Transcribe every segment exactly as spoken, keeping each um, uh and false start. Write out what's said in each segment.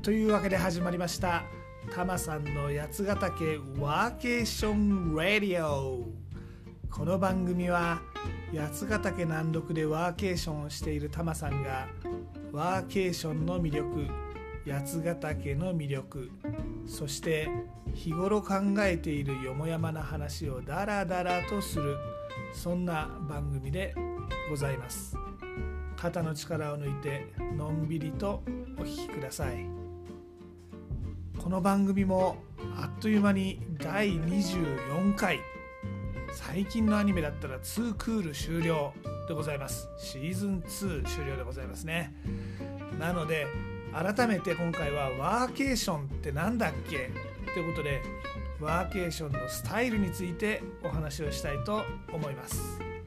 というわけで始まりましたタマさんの八ヶ岳ワーケーションラディオ。この番組は八ヶ岳南麓でワーケーションをしているタマさんがワーケーションの魅力、八ヶ岳の魅力、そして日頃考えているよもやまな話をダラダラとする、そんな番組でございます。肩の力を抜いてのんびりとお聞きください。この番組もあっという間にだいにじゅうよんかい、最近のアニメだったらにクール終了でございます。シーズンに終了でございますね。なので改めて今回はワーケーションってなんだっけということで、ワーケーションのスタイルについてお話をしたいと思います。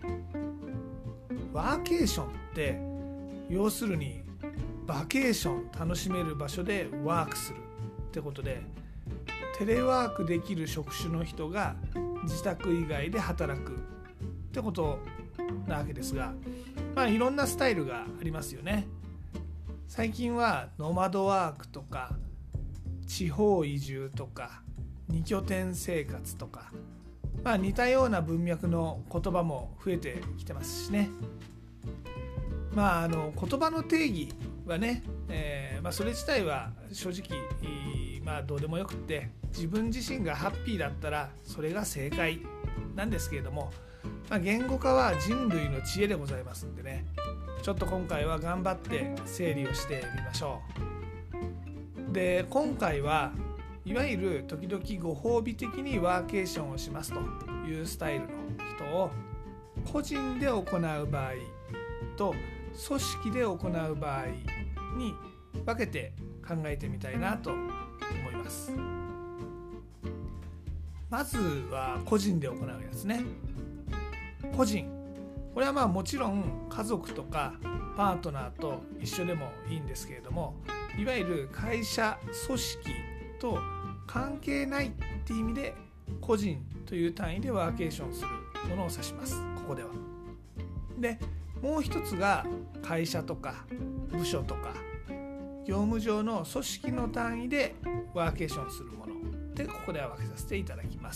ワーケーションって要するにバケーション、楽しめる場所でワークするってことで、テレワークできる職種の人が自宅以外で働くってことなわけですが、まあいろんなスタイルがありますよね。最近はノマドワークとか地方移住とか二拠点生活とか、まあ似たような文脈の言葉も増えてきてますしね。まああの言葉の定義はね、えーまあ、それ自体は正直まあどうでもよくって、自分自身がハッピーだったらそれが正解なんですけれども、まあ、言語化は人類の知恵でございますんでね、ちょっと今回は頑張って整理をしてみましょう。で、今回はいわゆる時々ご褒美的にワーケーションをしますというスタイルの人を個人で行う場合と組織で行う場合に分けて考えてみたいなと思います。まずは個人で行うやつね。個人、これはまあもちろん家族とかパートナーと一緒でもいいんですけれども、いわゆる会社組織と関係ないっていう意味で個人という単位でワーケーションするものを指します、ここでは。で、もう一つが会社とか部署とか業務上の組織の単位でワーケーションするもので、ここでは分けさせていただきます。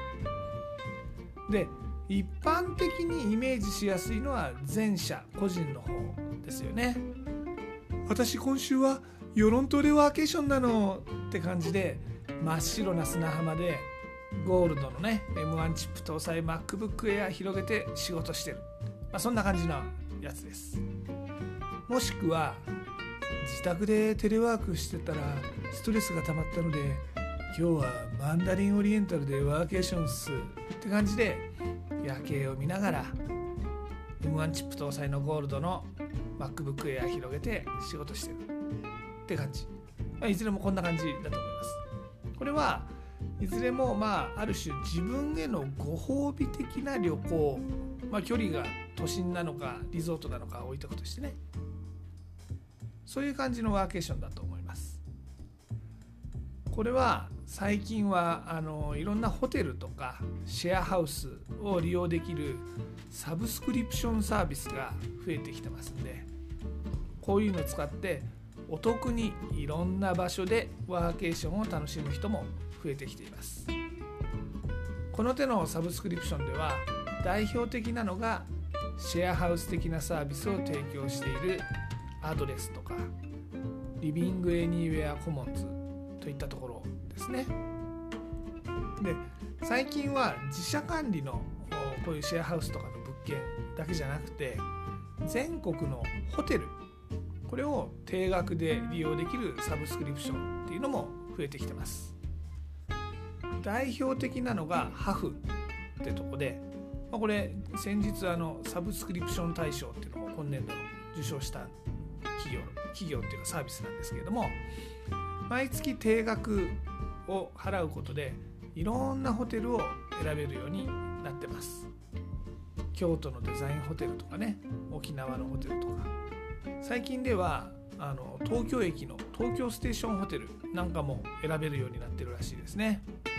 で、一般的にイメージしやすいのは前者、個人の方ですよね。私今週は与論島でワーケーションなのって感じで、真っ白な砂浜でゴールドのね エムワン チップ搭載 MacBook Air 広げて仕事してる、まあ、そんな感じのやつです。もしくは自宅でテレワークしてたらストレスが溜まったので、今日はマンダリンオリエンタルでワーケーションっすって感じで夜景を見ながら エムワン チップ搭載のゴールドの MacBook Air 広げて仕事してるって感じ、まあ、いずれもこんな感じだと思います。これはいずれもまあある種自分へのご褒美的な旅行、まあ、距離が都心なのかリゾートなのか置いとくとしてね、そういう感じのワーケーションだと思います。これは最近はあのいろんなホテルとかシェアハウスを利用できるサブスクリプションサービスが増えてきてますんで、こういうのを使ってお得にいろんな場所でワーケーションを楽しむ人も増えてきています。この手のサブスクリプションでは代表的なのがシェアハウス的なサービスを提供しているアドレスとかリビングエニーウェアコモンズといったところですね。で、最近は自社管理のこういうシェアハウスとかの物件だけじゃなくて、全国のホテル、これを定額で利用できるサブスクリプションっていうのも増えてきてます。代表的なのがハフってとこで、まあ、これ先日あのサブスクリプション大賞っていうのを今年度の受賞した企業企業っていうかサービスなんですけれども、毎月定額を払うことでいろんなホテルを選べるようになってます。京都のデザインホテルとかね、沖縄のホテルとか、最近ではあの東京駅の東京ステーションホテルなんかも選べるようになってるらしいですね。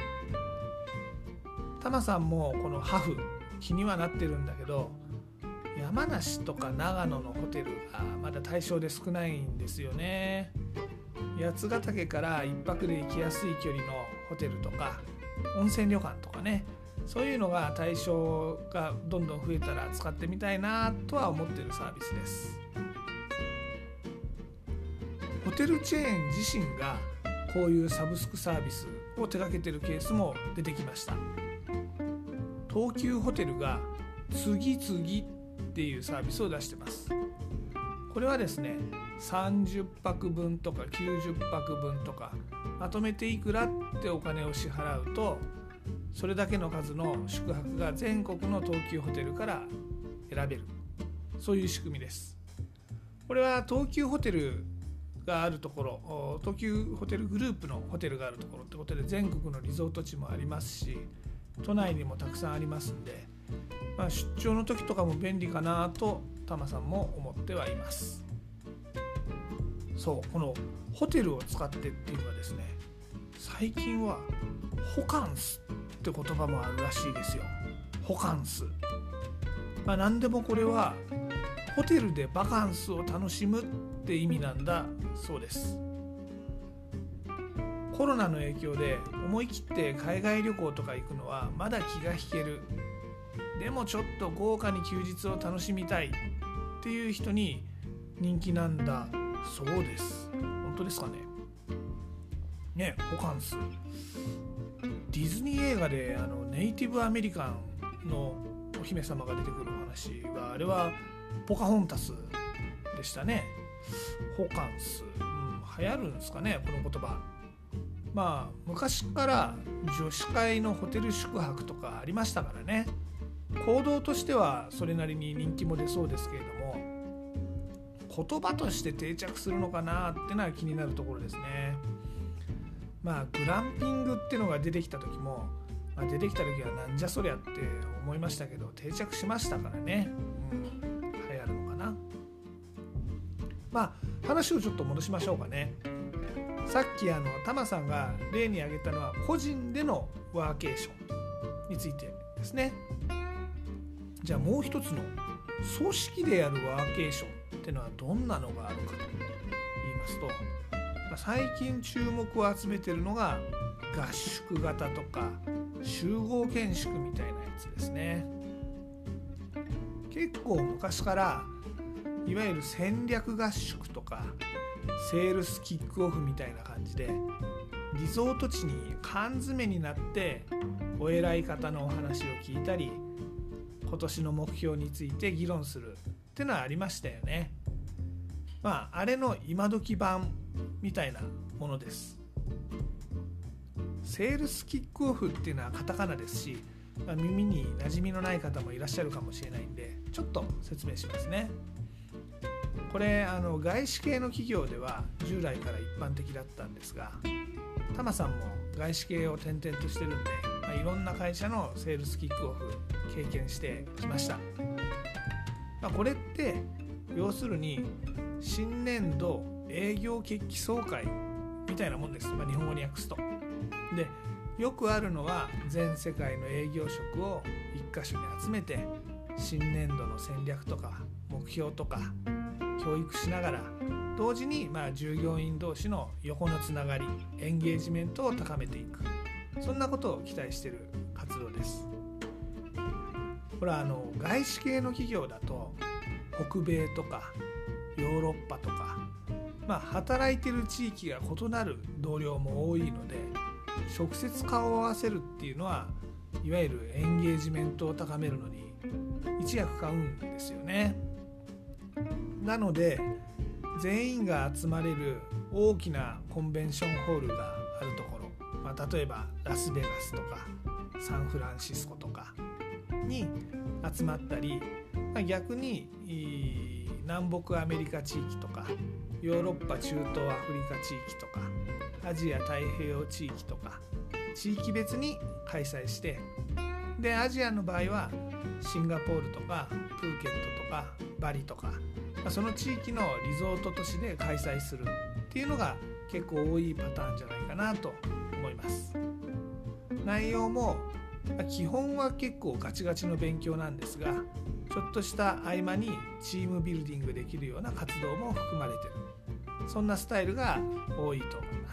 タマさんもこのハフ気にはなってるんだけど、山梨とか長野のホテルがまだ対象で少ないんですよね。 八ヶ岳から一泊で行きやすい距離のホテルとか温泉旅館とかね、そういうのが対象がどんどん増えたら使ってみたいなとは思っているサービスです。ホテルチェーン自身がこういうサブスクサービスを手掛けているケースも出てきました。東急ホテルが次々っていうサービスを出してます。これはですね、さんじゅっぱくぶんとかきゅうじゅっぱくぶんとかまとめていくらってお金を支払うと、それだけの数の宿泊が全国の東急ホテルから選べる、そういう仕組みです。これは東急ホテルがあるところ、東急ホテルグループのホテルがあるところってことで全国のリゾート地もありますし、都内にもたくさんありますんで、まあ、出張の時とかも便利かなとタマさんも思ってはいます。そう、このホテルを使ってっていうのはですね、最近はホカンスって言葉もあるらしいですよ。ホカンス、まあ、何でもこれはホテルでバカンスを楽しむって意味なんだそうです。コロナの影響で思い切って海外旅行とか行くのはまだ気が引ける、でもちょっと豪華に休日を楽しみたいっていう人に人気なんだそうです。本当ですかね。ね、ホカンス、ディズニー映画であのネイティブアメリカンのお姫様が出てくるお話は、あれはポカホンタスでしたね。ホカンス、うん、流行るんですかね、この言葉。まあ昔から女子会のホテル宿泊とかありましたからね。行動としてはそれなりに人気も出そうですけれども、言葉として定着するのかなってのは気になるところですね。まあグランピングってのが出てきた時も、まあ、出てきた時はなんじゃそりゃって思いましたけど、定着しましたからね、うん、流行るのかな。まあ話をちょっと戻しましょうかね。さっきあのタマさんが例に挙げたのは個人でのワーケーションについてですね。じゃあもう一つの組織でやるワーケーションってのはどんなのがあるかと言いますと、最近注目を集めているのが合宿型とか集合見宿みたいなやつですね。結構昔からいわゆる戦略合宿とかセールスキックオフみたいな感じで、リゾート地に缶詰になってお偉い方のお話を聞いたり、今年の目標について議論するってのはありましたよね。まああれの今時版みたいなものです。セールスキックオフっていうのはカタカナですし、まあ、耳に馴染みのない方もいらっしゃるかもしれないんで、ちょっと説明しますね。これあの外資系の企業では従来から一般的だったんですが、タマさんも外資系を転々としてるんで、まあ、いろんな会社のセールスキックオフ経験してきました。まあ、これって要するに新年度営業決起総会みたいなもんです、まあ、日本語に訳すと。で、よくあるのは全世界の営業職を一箇所に集めて新年度の戦略とか目標とか教育しながら、同時にまあ従業員同士の横のつながり、エンゲージメントを高めていく、そんなことを期待している活動です。これはあの外資系の企業だと北米とかヨーロッパとか、まあ、働いてる地域が異なる同僚も多いので、直接顔を合わせるっていうのはいわゆるエンゲージメントを高めるのに一役買うんですよね。なので全員が集まれる大きなコンベンションホールがあるところ、まあ、例えばラスベガスとかサンフランシスコとかに集まったり、まあ、逆に南北アメリカ地域とかヨーロッパ中東アフリカ地域とかアジア太平洋地域とか地域別に開催して、でアジアの場合はシンガポールとかプーケットとかバリとか、まあ、その地域のリゾート都市で開催するっていうのが結構多いパターンじゃないかなと思います。内容も基本は結構ガチガチの勉強なんですが、ちょっとした合間にチームビルディングできるような活動も含まれてる。 そんなスタイルが多いと思います。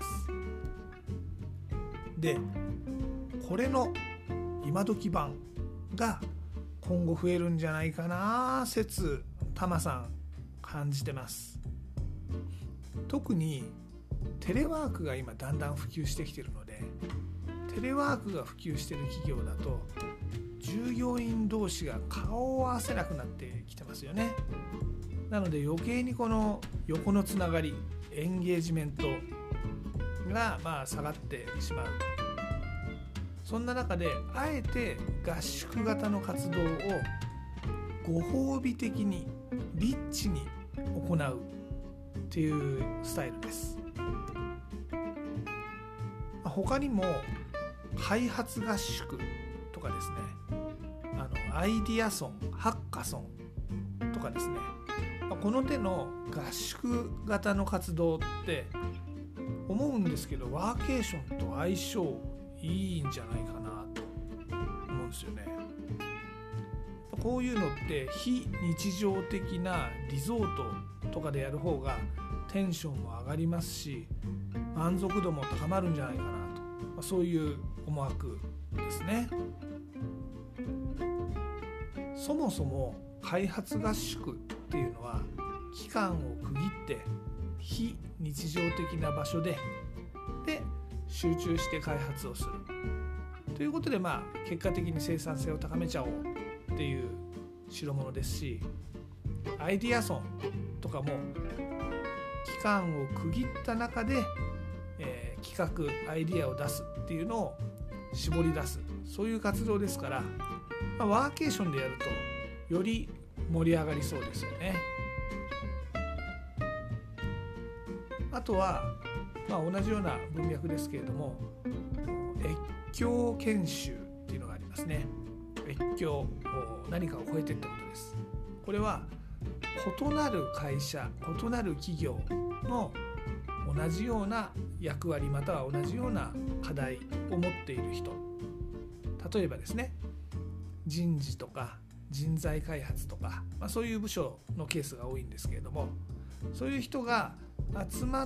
で、これの今時版が今後増えるんじゃないかな説、タマさん感じてます。特にテレワークが今だんだん普及してきているので、テレワークが普及している企業だと従業員同士が顔を合わせなくなってきてますよね。なので余計にこの横のつながり、エンゲージメントがまあ下がってしまう。そんな中であえて合宿型の活動をご褒美的にリッチに行うっていうスタイルです。他にも開発合宿とかですね、あのアイディアソン、ハッカソンとかですね、この手の合宿型の活動って思うんですけど、ワーケーションと相性いいんじゃないかなと思うんですよね。こういうのって非日常的なリゾートとかでやる方がテンションも上がりますし、満足度も高まるんじゃないかなと、そういう思惑ですね。そもそも開発合宿っていうのは期間を区切って非日常的な場所でで集中して開発をするということで、まあ結果的に生産性を高めちゃおうっていう代物ですし、アイディアソンとかも期間を区切った中で、えー、企画アイディアを出すっていうのを絞り出す、そういう活動ですから、まあ、ワーケーションでやるとより盛り上がりそうですよね。あとは、まあ、同じような文脈ですけれども、越境研修っていうのがありますね。越境、何かを超えてってことです。これは異なる会社、異なる企業の同じような役割または同じような課題を持っている人、例えばですね、人事とか人材開発とか、まあ、そういう部署のケースが多いんですけれども、そういう人が集まって、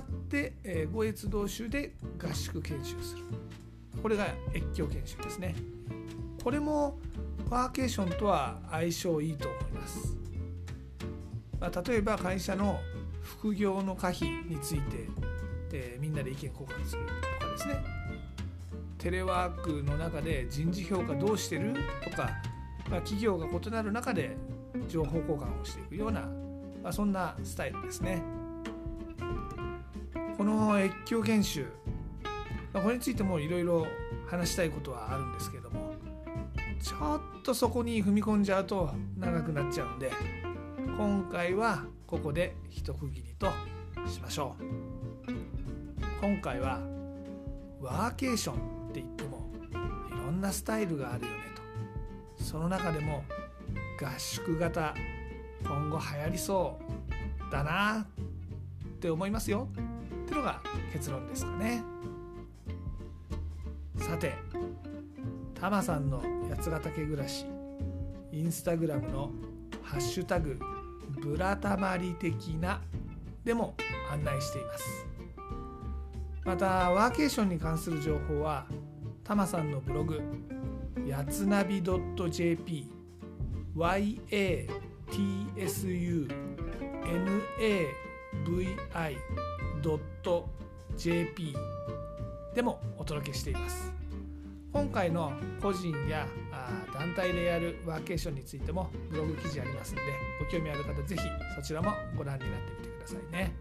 えー、ご越同州で合宿研修する、これが越境研修ですね。これもワーケーションとは相性いいと思います。まあ、例えば会社の副業の可否について、えー、みんなで意見交換するとかですね、テレワークの中で人事評価どうしてるとか、まあ、企業が異なる中で情報交換をしていくような、まあ、そんなスタイルですね。この越境研修、まあ、これについてもいろいろ話したいことはあるんですけども、ちょっとそこに踏み込んじゃうと長くなっちゃうんで、今回はここで一区切りとしましょう。今回はワーケーションって言ってもいろんなスタイルがあるよねと、その中でも合宿型今後流行りそうだなって思いますよってのが結論ですかね。さて、タマさんの八ヶ岳暮らし、インスタグラムのハッシュタグブラタマリ的なでも案内しています。またワーケーションに関する情報はタマさんのブログやつなび .jp ワイエーティーエスユーエヌエーブイアイドットジェーピー でもお届けしています。今回の個人や団体でやるワーケーションについてもブログ記事ありますので、ご興味ある方ぜひそちらもご覧になってみてくださいね。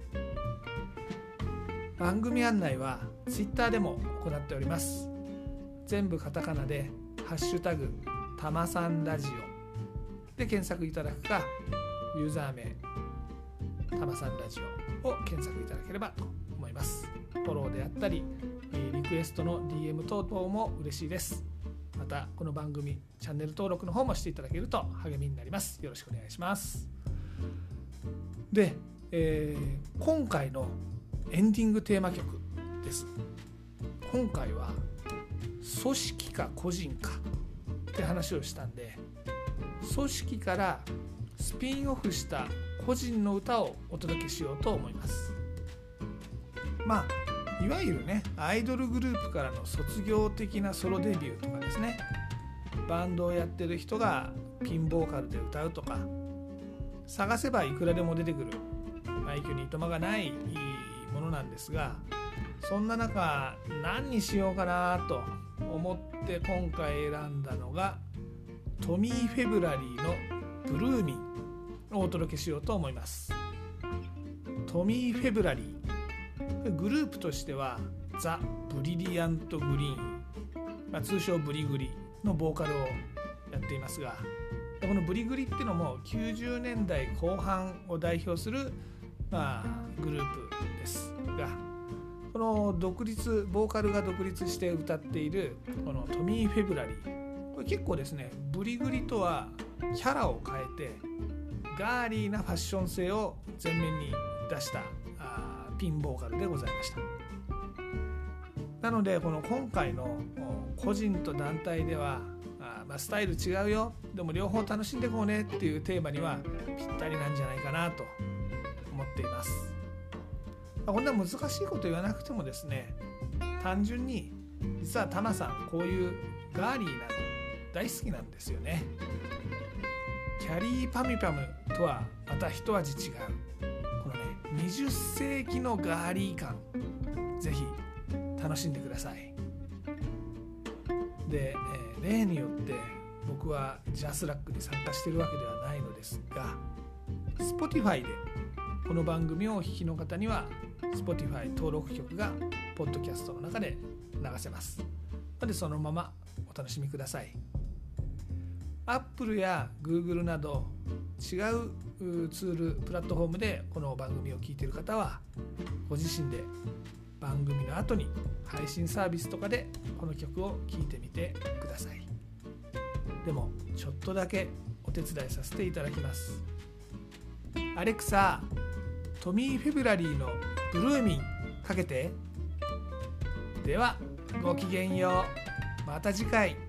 番組案内は Twitter でも行っております。全部カタカナでハッシュタグたまさんラジオで検索いただくか、ユーザー名たまさんラジオを検索いただければと思います。フォローであったりリクエストの ディーエム 等々も嬉しいです。またこの番組チャンネル登録の方もしていただけると励みになります。よろしくお願いします。で、えー、今回のエンディングテーマ曲です。今回は組織か個人かって話をしたんで、組織からスピンオフした個人の歌をお届けしようと思います。 まあいわゆるねアイドルグループからの卒業的なソロデビューとかですね、バンドをやってる人がピンボーカルで歌うとか、探せばいくらでも出てくる枚挙にいとまがないものなんですが、そんな中何にしようかなと思って今回選んだのがトミー・フェブラリーのブルーミンをお届けしようと思います。トミー・フェブラリー、グループとしてはザ・ブリリアント・グリーン、まあ、通称ブリグリのボーカルをやっていますが、このブリグリっていうのもきゅうじゅうねんだいこう半を代表する、まあ、グループですが、この独立ボーカルが独立して歌っているこのトミー・フェブラリー、これ結構ですねブリグリとはキャラを変えてガーリーなファッション性を前面に出したあピンボーカルでございました。なのでこの今回の個人と団体ではあ、まあ、スタイル違うよ、でも両方楽しんでいこうねっていうテーマにはぴったりなんじゃないかなと思っています。こんな難しいこと言わなくてもですね、単純に実はタマさんこういうガーリーなの大好きなんですよね。キャリーパミュパムとはまた一味違うこのねにじゅっせいきのガーリー感、ぜひ楽しんでください。で、えー、例によって僕はジャスラックに参加しているわけではないのですが、 Spotify でこの番組をお聞きの方には Spotify 登録曲がポッドキャストの中で流せます。なのでそのままお楽しみください。 Apple や Google など違うツールプラットフォームでこの番組を聞いている方はご自身で番組の後に配信サービスとかでこの曲を聴いてみてください。でもちょっとだけお手伝いさせていただきます。アレクサ、トミー・フェブラリーのブルーミンかけて。ではごきげんよう。また次回。